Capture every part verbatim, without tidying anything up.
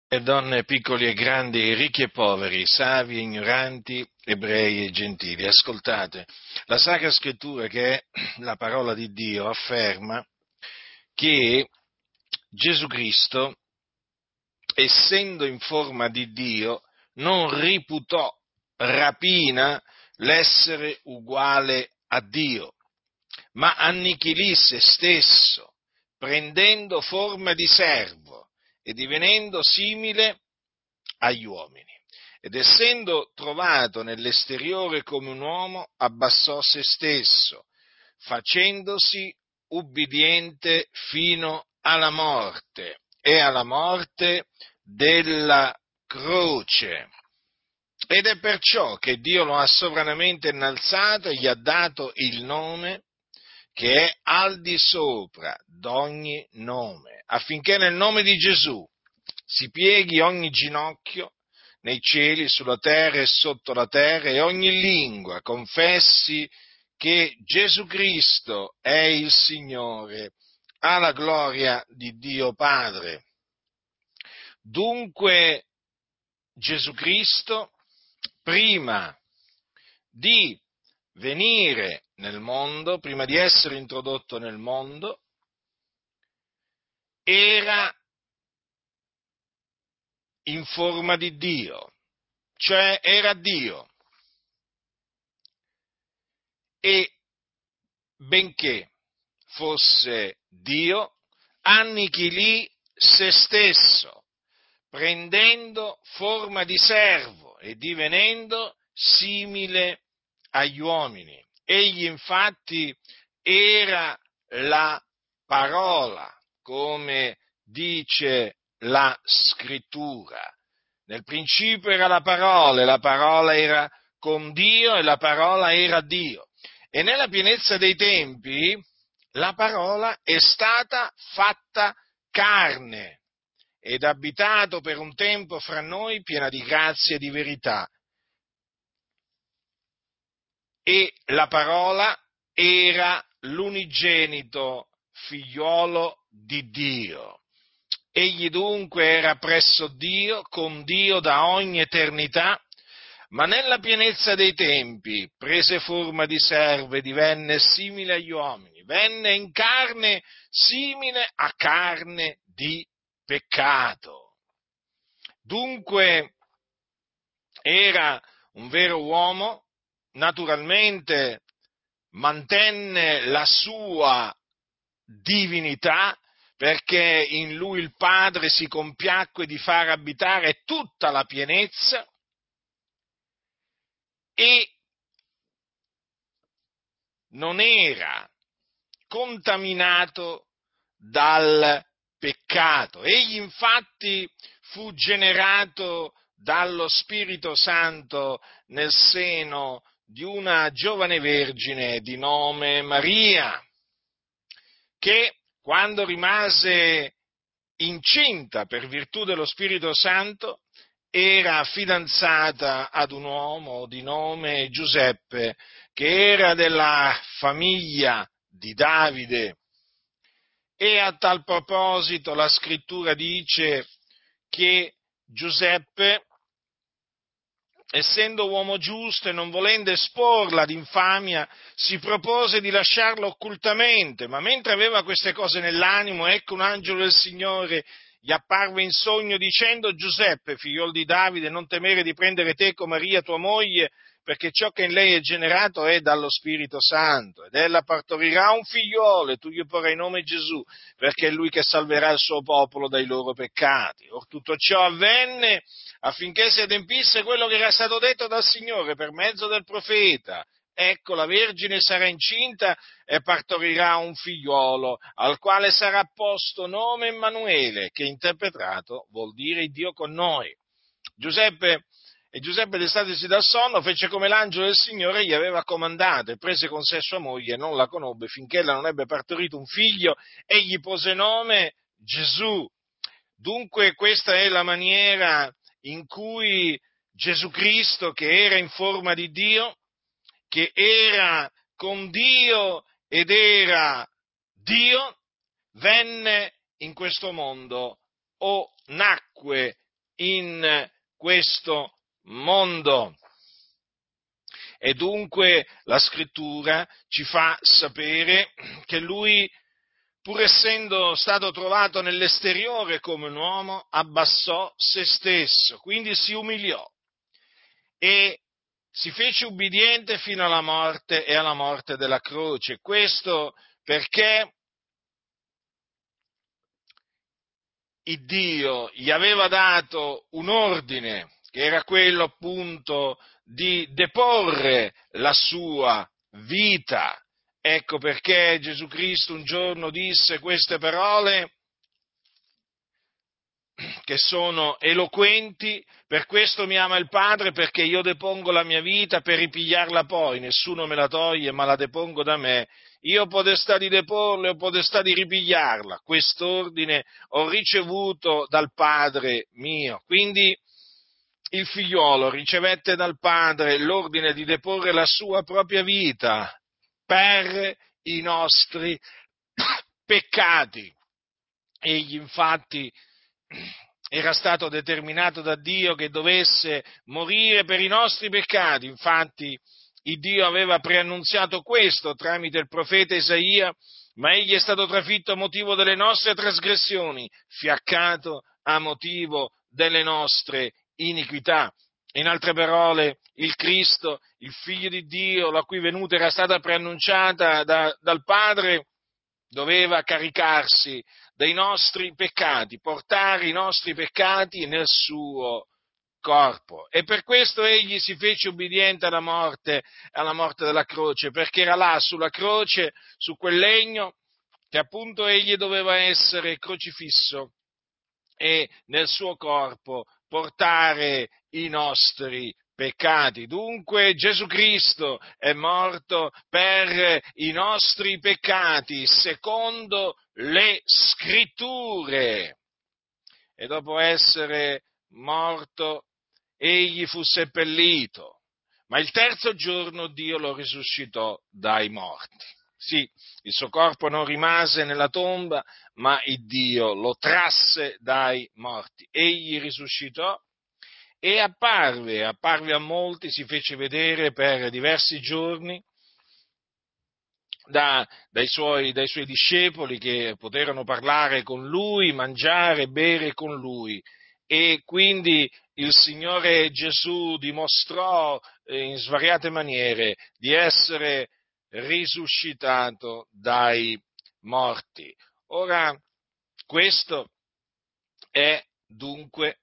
e donne, piccoli e grandi, ricchi e poveri, savi e ignoranti, ebrei e gentili. Ascoltate, la Sacra Scrittura, che è la parola di Dio, afferma che Gesù Cristo, essendo in forma di Dio, non riputò rapina l'essere uguale a Dio, ma annichilì se stesso, prendendo forma di servo e divenendo simile agli uomini. Ed essendo trovato nell'esteriore come un uomo, abbassò se stesso, facendosi ubbidiente fino alla morte e alla morte della croce. Ed è perciò che Dio lo ha sovranamente innalzato e gli ha dato il nome che è al di sopra d'ogni nome, affinché nel nome di Gesù si pieghi ogni ginocchio nei cieli, sulla terra e sotto la terra, e ogni lingua confessi che Gesù Cristo è il Signore, alla gloria di Dio Padre. Dunque Gesù Cristo, prima di venire nel mondo, prima di essere introdotto nel mondo, era in forma di Dio, cioè era Dio. E benché fosse Dio, annichilì se stesso, prendendo forma di servo e divenendo simile agli uomini. Egli infatti era la parola, come dice la scrittura. Nel principio era la parola, e la parola era con Dio, e la parola era Dio. E nella pienezza dei tempi la parola è stata fatta carne ed abitato per un tempo fra noi, piena di grazia e di verità. E la parola era l'unigenito figliolo di Dio. Egli dunque era presso Dio, con Dio da ogni eternità, ma nella pienezza dei tempi prese forma di servo e divenne simile agli uomini, venne in carne simile a carne di peccato. Dunque era un vero uomo, naturalmente mantenne la sua divinità, perché in lui il Padre si compiacque di far abitare tutta la pienezza, e non era contaminato dal peccato. Egli infatti fu generato dallo Spirito Santo nel seno di una giovane vergine di nome Maria, che quando rimase incinta per virtù dello Spirito Santo era fidanzata ad un uomo di nome Giuseppe, che era della famiglia di Davide. E a tal proposito la scrittura dice che Giuseppe, essendo uomo giusto e non volendo esporla ad infamia, si propose di lasciarla occultamente, ma mentre aveva queste cose nell'animo, ecco un angelo del Signore gli apparve in sogno dicendo: Giuseppe, figliol di Davide, non temere di prendere teco Maria tua moglie, perché ciò che in lei è generato è dallo Spirito Santo, ed ella partorirà un figliolo, e tu gli porrai nome Gesù, perché è lui che salverà il suo popolo dai loro peccati. Or tutto ciò avvenne affinché si adempisse quello che era stato detto dal Signore per mezzo del profeta. Ecco, la Vergine sarà incinta e partorirà un figliuolo, al quale sarà posto nome Emanuele, che interpretato vuol dire Dio con noi. Giuseppe, e Giuseppe, destatisi dal sonno, fece come l'angelo del Signore gli aveva comandato, e prese con sé sua moglie e non la conobbe finché ella non ebbe partorito un figlio, e gli pose nome Gesù. Dunque questa è la maniera in cui Gesù Cristo, che era in forma di Dio, che era con Dio ed era Dio, venne in questo mondo, o nacque in questo mondo. E dunque la Scrittura ci fa sapere che lui, pur essendo stato trovato nell'esteriore come un uomo, abbassò se stesso, quindi si umiliò e si fece ubbidiente fino alla morte e alla morte della croce. Questo perché il Dio gli aveva dato un ordine, che era quello appunto di deporre la sua vita. Ecco perché Gesù Cristo un giorno disse queste parole che sono eloquenti: per questo mi ama il Padre, perché io depongo la mia vita per ripigliarla poi, nessuno me la toglie, ma la depongo da me. Io ho potestà di deporla e ho potestà di ripigliarla. Quest'ordine ho ricevuto dal Padre mio. Quindi il figliolo ricevette dal Padre l'ordine di deporre la sua propria vita per i nostri peccati. Egli infatti era stato determinato da Dio che dovesse morire per i nostri peccati. Infatti il Dio aveva preannunziato questo tramite il profeta Isaia: ma egli è stato trafitto a motivo delle nostre trasgressioni, fiaccato a motivo delle nostre iniquità. In altre parole, il Cristo, il Figlio di Dio, la cui venuta era stata preannunciata da, dal Padre, doveva caricarsi dei nostri peccati, portare i nostri peccati nel suo corpo. E per questo egli si fece ubbidiente alla morte, alla morte della croce, perché era là sulla croce, su quel legno, che appunto egli doveva essere crocifisso e nel suo corpo portare i nostri peccati. Dunque Gesù Cristo è morto per i nostri peccati, secondo le Scritture. E dopo essere morto, egli fu seppellito, ma il terzo giorno Dio lo risuscitò dai morti. Sì, il suo corpo non rimase nella tomba, ma il Dio lo trasse dai morti. Egli risuscitò e apparve, apparve a molti, si fece vedere per diversi giorni da, dai, suoi, dai suoi discepoli, che poterono parlare con lui, mangiare e bere con lui. E quindi il Signore Gesù dimostrò eh, in svariate maniere di essere risuscitato dai morti. Ora, questo è dunque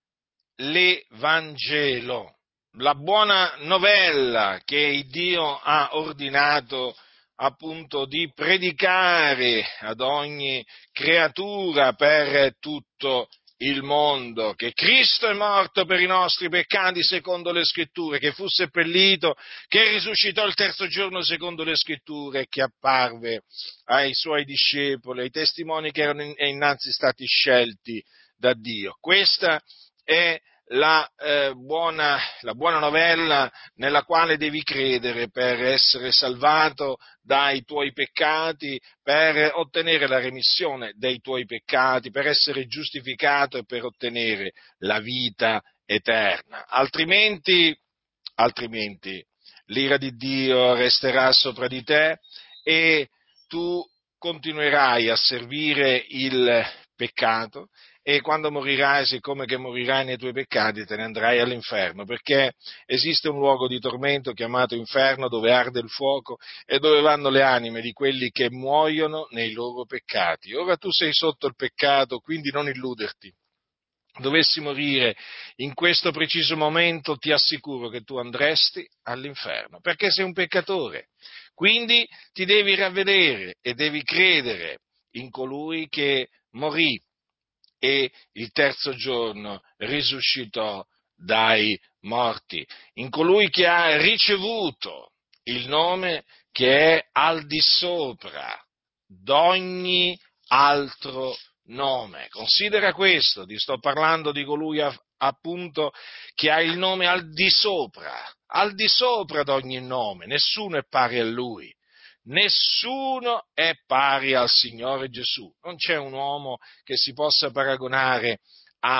l'Evangelo, la buona novella che Dio ha ordinato appunto di predicare ad ogni creatura per tutto il mondo, che Cristo è morto per i nostri peccati secondo le Scritture, che fu seppellito, che risuscitò il terzo giorno secondo le Scritture e che apparve ai suoi discepoli, ai testimoni che erano innanzi stati scelti da Dio. Questa è la, eh, buona, la buona novella nella quale devi credere per essere salvato dai tuoi peccati, per ottenere la remissione dei tuoi peccati, per essere giustificato e per ottenere la vita eterna. Altrimenti, altrimenti l'ira di Dio resterà sopra di te e tu continuerai a servire il peccato, e quando morirai, siccome che morirai nei tuoi peccati, te ne andrai all'inferno, perché esiste un luogo di tormento chiamato inferno, dove arde il fuoco e dove vanno le anime di quelli che muoiono nei loro peccati. Ora tu sei sotto il peccato, quindi non illuderti. Dovessi morire in questo preciso momento, ti assicuro che tu andresti all'inferno, perché sei un peccatore. Quindi ti devi ravvedere e devi credere in colui che morì e il terzo giorno risuscitò dai morti, in colui che ha ricevuto il nome che è al di sopra d'ogni altro nome. Considera questo, ti sto parlando di colui appunto che ha il nome al di sopra, al di sopra d'ogni nome, nessuno è pari a lui. Nessuno è pari al Signore Gesù, non c'è un uomo che si possa paragonare a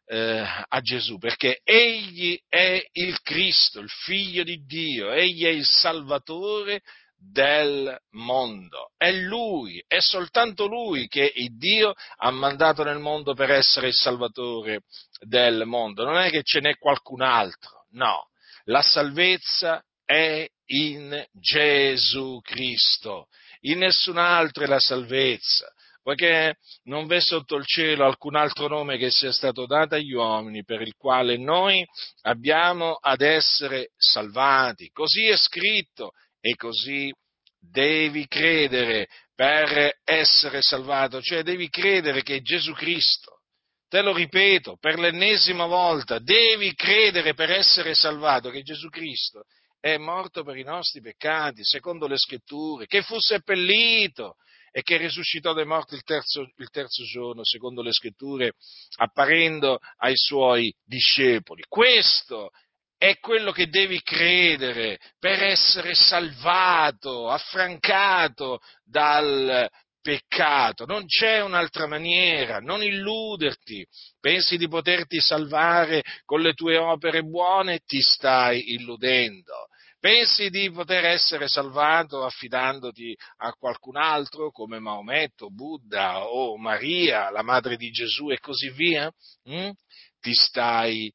eh, a Gesù, perché egli è il Cristo, il Figlio di Dio, egli è il Salvatore del mondo. È Lui, è soltanto Lui che il Dio ha mandato nel mondo per essere il Salvatore del mondo. Non è che ce n'è qualcun altro, no. La salvezza è in Gesù Cristo, in nessun altro è la salvezza, poiché non v'è sotto il cielo alcun altro nome che sia stato dato agli uomini per il quale noi abbiamo ad essere salvati. Così è scritto e così devi credere per essere salvato, cioè devi credere che Gesù Cristo, te lo ripeto per l'ennesima volta, devi credere per essere salvato che Gesù Cristo è morto per i nostri peccati, secondo le Scritture, che fu seppellito e che risuscitò dai morti il terzo, il terzo giorno, secondo le Scritture, apparendo ai suoi discepoli. Questo è quello che devi credere per essere salvato, affrancato dal peccato. Non c'è un'altra maniera, non illuderti. Pensi di poterti salvare con le tue opere buone? Ti stai illudendo. Pensi di poter essere salvato affidandoti a qualcun altro come Maometto, Buddha o Maria, la madre di Gesù e così via? Mm? Ti stai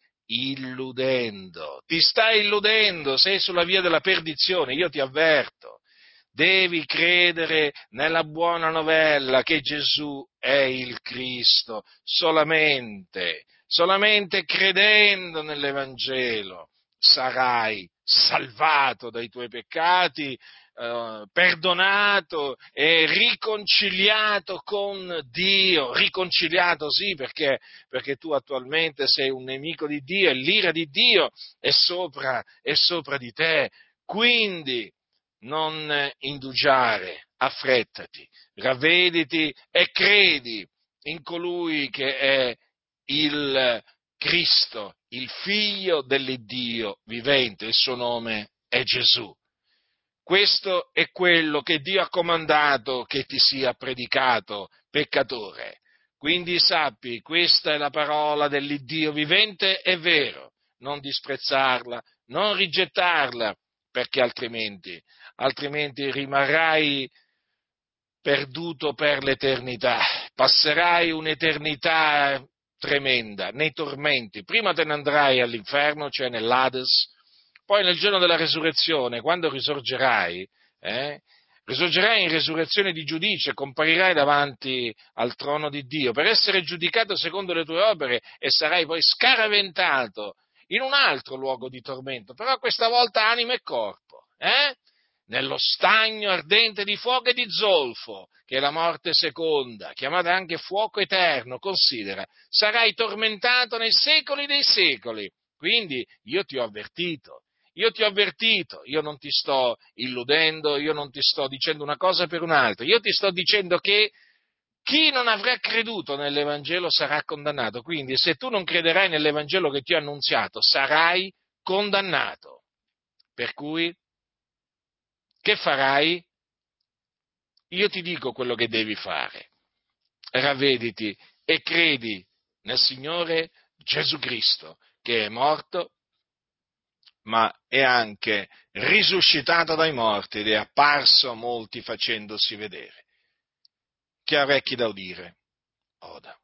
illudendo, ti stai illudendo, sei sulla via della perdizione, io ti avverto. Devi credere nella buona novella che Gesù è il Cristo, solamente, solamente credendo nell'Evangelo sarai salvato dai tuoi peccati, eh, perdonato e riconciliato con Dio, riconciliato sì perché, perché tu attualmente sei un nemico di Dio e l'ira di Dio è sopra, è sopra di te, quindi non indugiare, affrettati, ravvediti e credi in colui che è il Cristo, il Figlio dell'Iddio vivente, il suo nome è Gesù. Questo è quello che Dio ha comandato che ti sia predicato, peccatore. Quindi sappi, questa è la parola dell'Iddio vivente, è vero, non disprezzarla, non rigettarla, perché altrimenti, altrimenti rimarrai perduto per l'eternità, passerai un'eternità tremenda, nei tormenti, prima te ne andrai all'inferno, cioè nell'Hades, poi nel giorno della resurrezione, quando risorgerai, eh, risorgerai in resurrezione di giudizio e comparirai davanti al trono di Dio per essere giudicato secondo le tue opere e sarai poi scaraventato in un altro luogo di tormento, però questa volta anima e corpo, eh? Nello stagno ardente di fuoco e di zolfo, che è la morte seconda, chiamata anche fuoco eterno, considera, sarai tormentato nei secoli dei secoli. Quindi io ti ho avvertito, io ti ho avvertito, io non ti sto illudendo, io non ti sto dicendo una cosa per un'altra, io ti sto dicendo che chi non avrà creduto nell'Evangelo sarà condannato. Quindi se tu non crederai nell'Evangelo che ti ho annunziato, sarai condannato. Per cui, che farai? Io ti dico quello che devi fare. Ravvediti e credi nel Signore Gesù Cristo, che è morto, ma è anche risuscitato dai morti ed è apparso a molti facendosi vedere. Chi ha orecchi da udire, oda.